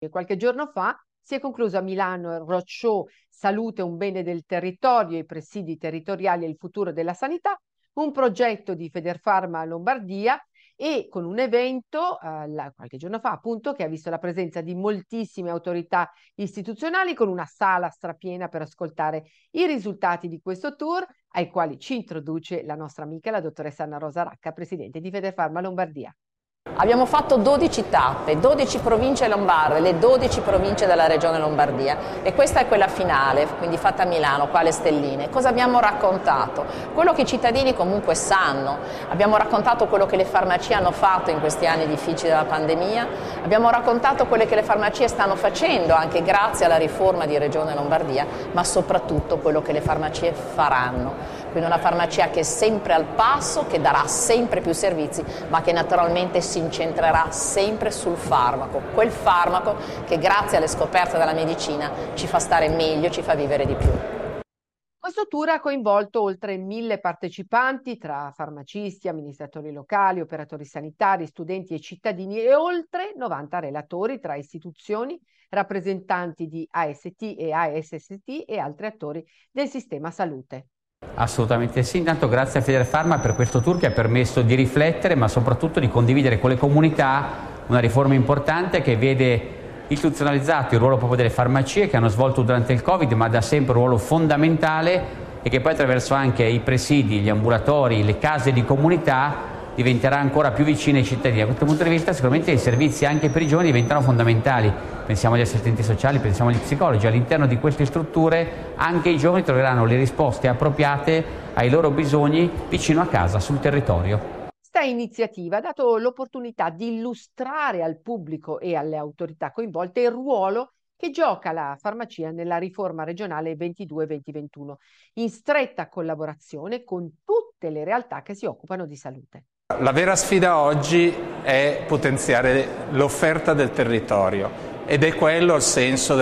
Qualche giorno fa si è concluso a Milano il roadshow Salute, un bene del territorio, i presidi territoriali e il futuro della sanità, un progetto di Federfarma Lombardia e con un evento qualche giorno fa appunto che ha visto la presenza di moltissime autorità istituzionali con una sala strapiena per ascoltare i risultati di questo tour ai quali ci introduce la nostra amica, la dottoressa Anna Rosa Racca, presidente di Federfarma Lombardia. Abbiamo fatto 12 tappe, 12 province lombarde, le 12 province della regione Lombardia e questa è quella finale, quindi fatta a Milano, qua alle stelline. Cosa abbiamo raccontato? Quello che i cittadini comunque sanno. Abbiamo raccontato quello che le farmacie hanno fatto in questi anni difficili della pandemia, abbiamo raccontato quello che le farmacie stanno facendo anche grazie alla riforma di Regione Lombardia, ma soprattutto quello che le farmacie faranno. Quindi una farmacia che è sempre al passo, che darà sempre più servizi, ma che naturalmente si incentrerà sempre sul farmaco, quel farmaco che grazie alle scoperte della medicina ci fa stare meglio, ci fa vivere di più. Questo tour ha coinvolto oltre 1000 partecipanti tra farmacisti, amministratori locali, operatori sanitari, studenti e cittadini e oltre 90 relatori tra istituzioni, rappresentanti di AST e ASST e altri attori del sistema salute. Assolutamente sì, intanto grazie a Federfarma per questo tour che ha permesso di riflettere ma soprattutto di condividere con le comunità una riforma importante che vede istituzionalizzato il ruolo proprio delle farmacie che hanno svolto durante il Covid ma da sempre un ruolo fondamentale e che poi attraverso anche i presidi, gli ambulatori, le case di comunità diventerà ancora più vicina ai cittadini. Da questo punto di vista sicuramente i servizi anche per i giovani diventano fondamentali. Pensiamo agli assistenti sociali, pensiamo agli psicologi. All'interno di queste strutture anche i giovani troveranno le risposte appropriate ai loro bisogni vicino a casa, sul territorio. Questa iniziativa ha dato l'opportunità di illustrare al pubblico e alle autorità coinvolte il ruolo che gioca la farmacia nella riforma regionale 22-2021, in stretta collaborazione con tutte le realtà che si occupano di salute. La vera sfida oggi è potenziare l'offerta del territorio ed è quello il senso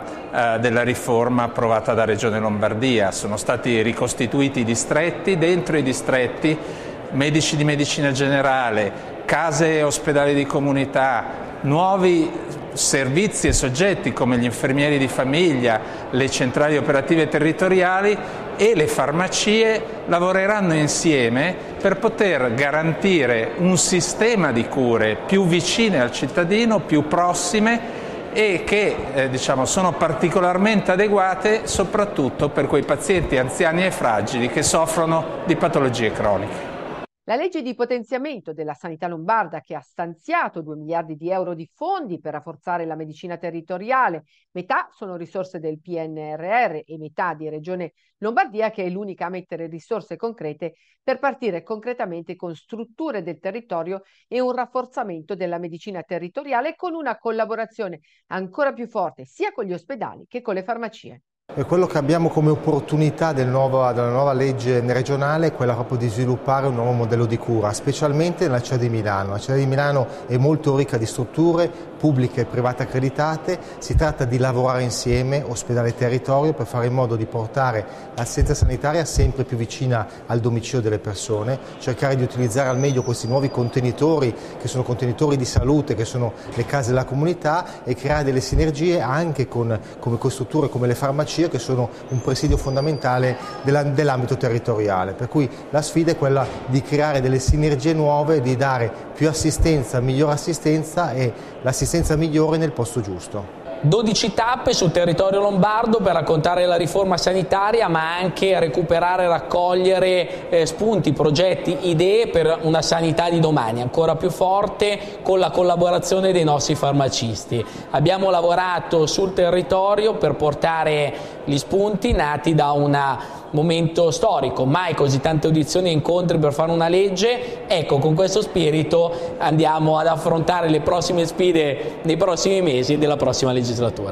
della riforma approvata da Regione Lombardia. Sono stati ricostituiti i distretti, dentro i distretti medici di medicina generale, case e ospedali di comunità, nuovi servizi e soggetti come gli infermieri di famiglia, le centrali operative territoriali e le farmacie lavoreranno insieme per poter garantire un sistema di cure più vicine al cittadino, più prossime e che sono particolarmente adeguate soprattutto per quei pazienti anziani e fragili che soffrono di patologie croniche. La legge di potenziamento della sanità lombarda, che ha stanziato 2 miliardi di euro di fondi per rafforzare la medicina territoriale, metà sono risorse del PNRR e metà di Regione Lombardia, che è l'unica a mettere risorse concrete per partire concretamente con strutture del territorio e un rafforzamento della medicina territoriale con una collaborazione ancora più forte sia con gli ospedali che con le farmacie. E quello che abbiamo come opportunità della nuova legge regionale è quella proprio di sviluppare un nuovo modello di cura, specialmente nella città di Milano. La città di Milano è molto ricca di strutture pubbliche e private accreditate, si tratta di lavorare insieme, ospedale e territorio, per fare in modo di portare l'assistenza sanitaria sempre più vicina al domicilio delle persone, cercare di utilizzare al meglio questi nuovi contenitori, che sono contenitori di salute, che sono le case della comunità, e creare delle sinergie anche con strutture come le farmacie, che sono un presidio fondamentale dell'ambito territoriale. Per cui la sfida è quella di creare delle sinergie nuove, di dare più assistenza, migliore assistenza e l'assistenza migliore nel posto giusto. 12 tappe sul territorio lombardo per raccontare la riforma sanitaria, ma anche recuperare e raccogliere spunti, progetti, idee per una sanità di domani ancora più forte con la collaborazione dei nostri farmacisti. Abbiamo lavorato sul territorio per portare gli spunti nati da un momento storico, mai così tante audizioni e incontri per fare una legge. Ecco, con questo spirito andiamo ad affrontare le prossime sfide nei prossimi mesi della prossima legislatura.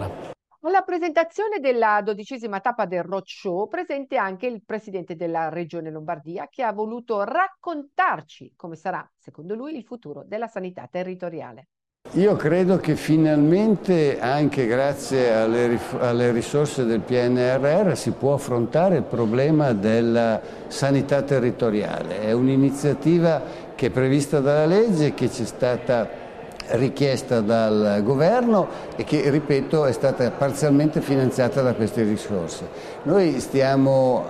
Alla presentazione della 12ª tappa del roadshow presente anche il presidente della Regione Lombardia, che ha voluto raccontarci come sarà, secondo lui, il futuro della sanità territoriale. Io credo che finalmente, anche grazie alle risorse del PNRR, si può affrontare il problema della sanità territoriale. È un'iniziativa che è prevista dalla legge, che ci è stata richiesta dal governo e che, ripeto, è stata parzialmente finanziata da queste risorse. Noi stiamo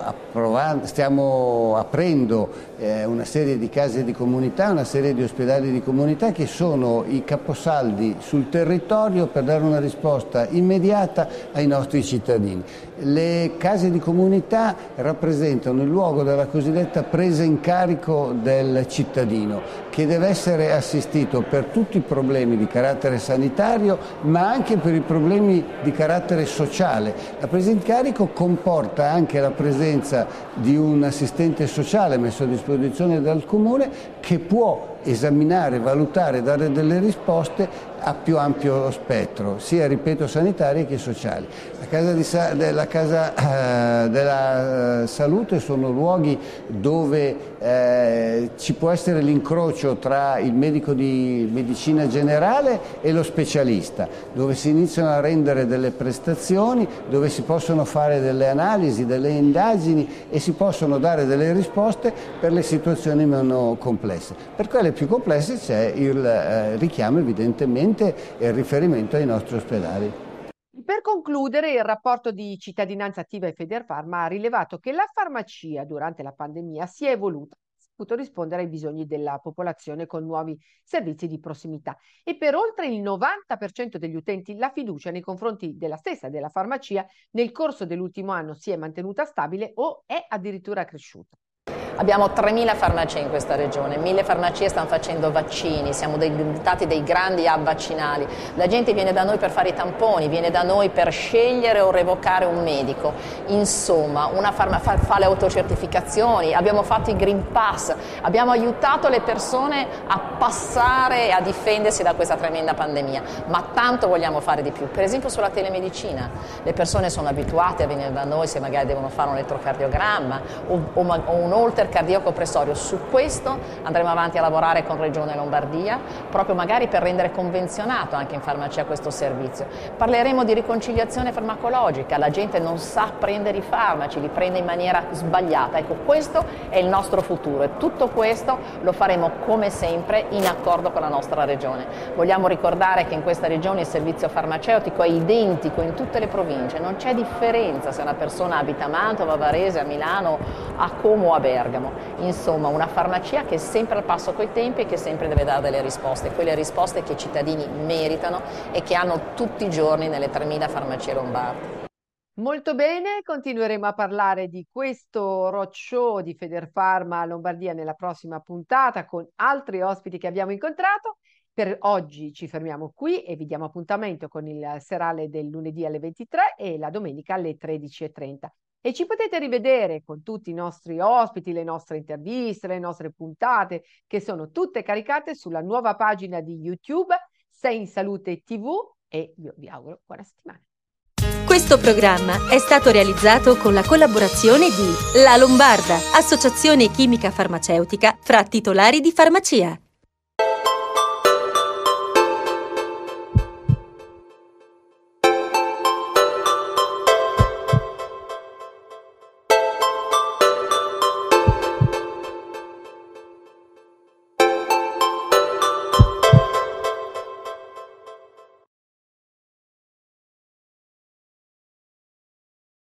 aprendo una serie di case di comunità, una serie di ospedali di comunità che sono i caposaldi sul territorio per dare una risposta immediata ai nostri cittadini. Le case di comunità rappresentano il luogo della cosiddetta presa in carico del cittadino, che deve essere assistito per tutti i problemi di carattere sanitario, ma anche per i problemi di carattere sociale. La presa in carico comporta anche la presenza di un assistente sociale messo a disposizione dal Comune, che può esaminare, valutare, dare delle risposte a più ampio spettro, sia, ripeto, sanitarie che sociali. La casa della salute sono luoghi dove ci può essere l'incrocio tra il medico di medicina generale e lo specialista, dove si iniziano a rendere delle prestazioni, dove si possono fare delle analisi, delle indagini e si possono dare delle risposte per le situazioni meno complesse. Per quelle più complesse c'è il richiamo, evidentemente, e il riferimento ai nostri ospedali. Per concludere, il rapporto di Cittadinanza Attiva e Federfarma ha rilevato che la farmacia durante la pandemia si è evoluta, ha saputo rispondere ai bisogni della popolazione con nuovi servizi di prossimità, e per oltre il 90% degli utenti la fiducia nei confronti della farmacia nel corso dell'ultimo anno si è mantenuta stabile o è addirittura cresciuta. Abbiamo 3.000 farmacie in questa regione, 1.000 farmacie stanno facendo vaccini, siamo diventati dei grandi hub vaccinali. La gente viene da noi per fare i tamponi, viene da noi per scegliere o revocare un medico. Insomma, fa le autocertificazioni, abbiamo fatto i Green Pass, abbiamo aiutato le persone a passare e a difendersi da questa tremenda pandemia. Ma tanto vogliamo fare di più. Per esempio sulla telemedicina, le persone sono abituate a venire da noi se magari devono fare un elettrocardiogramma o un holter cardiaco pressorio. Su questo andremo avanti a lavorare con Regione Lombardia, proprio magari per rendere convenzionato anche in farmacia questo servizio. Parleremo di riconciliazione farmacologica, la gente non sa prendere i farmaci, li prende in maniera sbagliata. Ecco, questo è il nostro futuro e tutto questo lo faremo come sempre in accordo con la nostra regione. Vogliamo ricordare che in questa regione il servizio farmaceutico è identico in tutte le province, non c'è differenza se una persona abita a Mantova, a Varese, a Milano, a Como o a Bergamo. Insomma, una farmacia che è sempre al passo coi tempi e che sempre deve dare delle risposte, quelle risposte che i cittadini meritano e che hanno tutti i giorni nelle 3.000 farmacie lombarde. Molto bene, continueremo a parlare di questo roadshow di Federfarma Lombardia nella prossima puntata con altri ospiti che abbiamo incontrato. Per oggi ci fermiamo qui e vi diamo appuntamento con il serale del lunedì alle 23 e la domenica alle 13:30. E ci potete rivedere con tutti i nostri ospiti, le nostre interviste, le nostre puntate, che sono tutte caricate sulla nuova pagina di YouTube Sei in Salute TV, e io vi auguro buona settimana. Questo programma è stato realizzato con la collaborazione di La Lombarda, associazione chimica farmaceutica fra titolari di farmacia.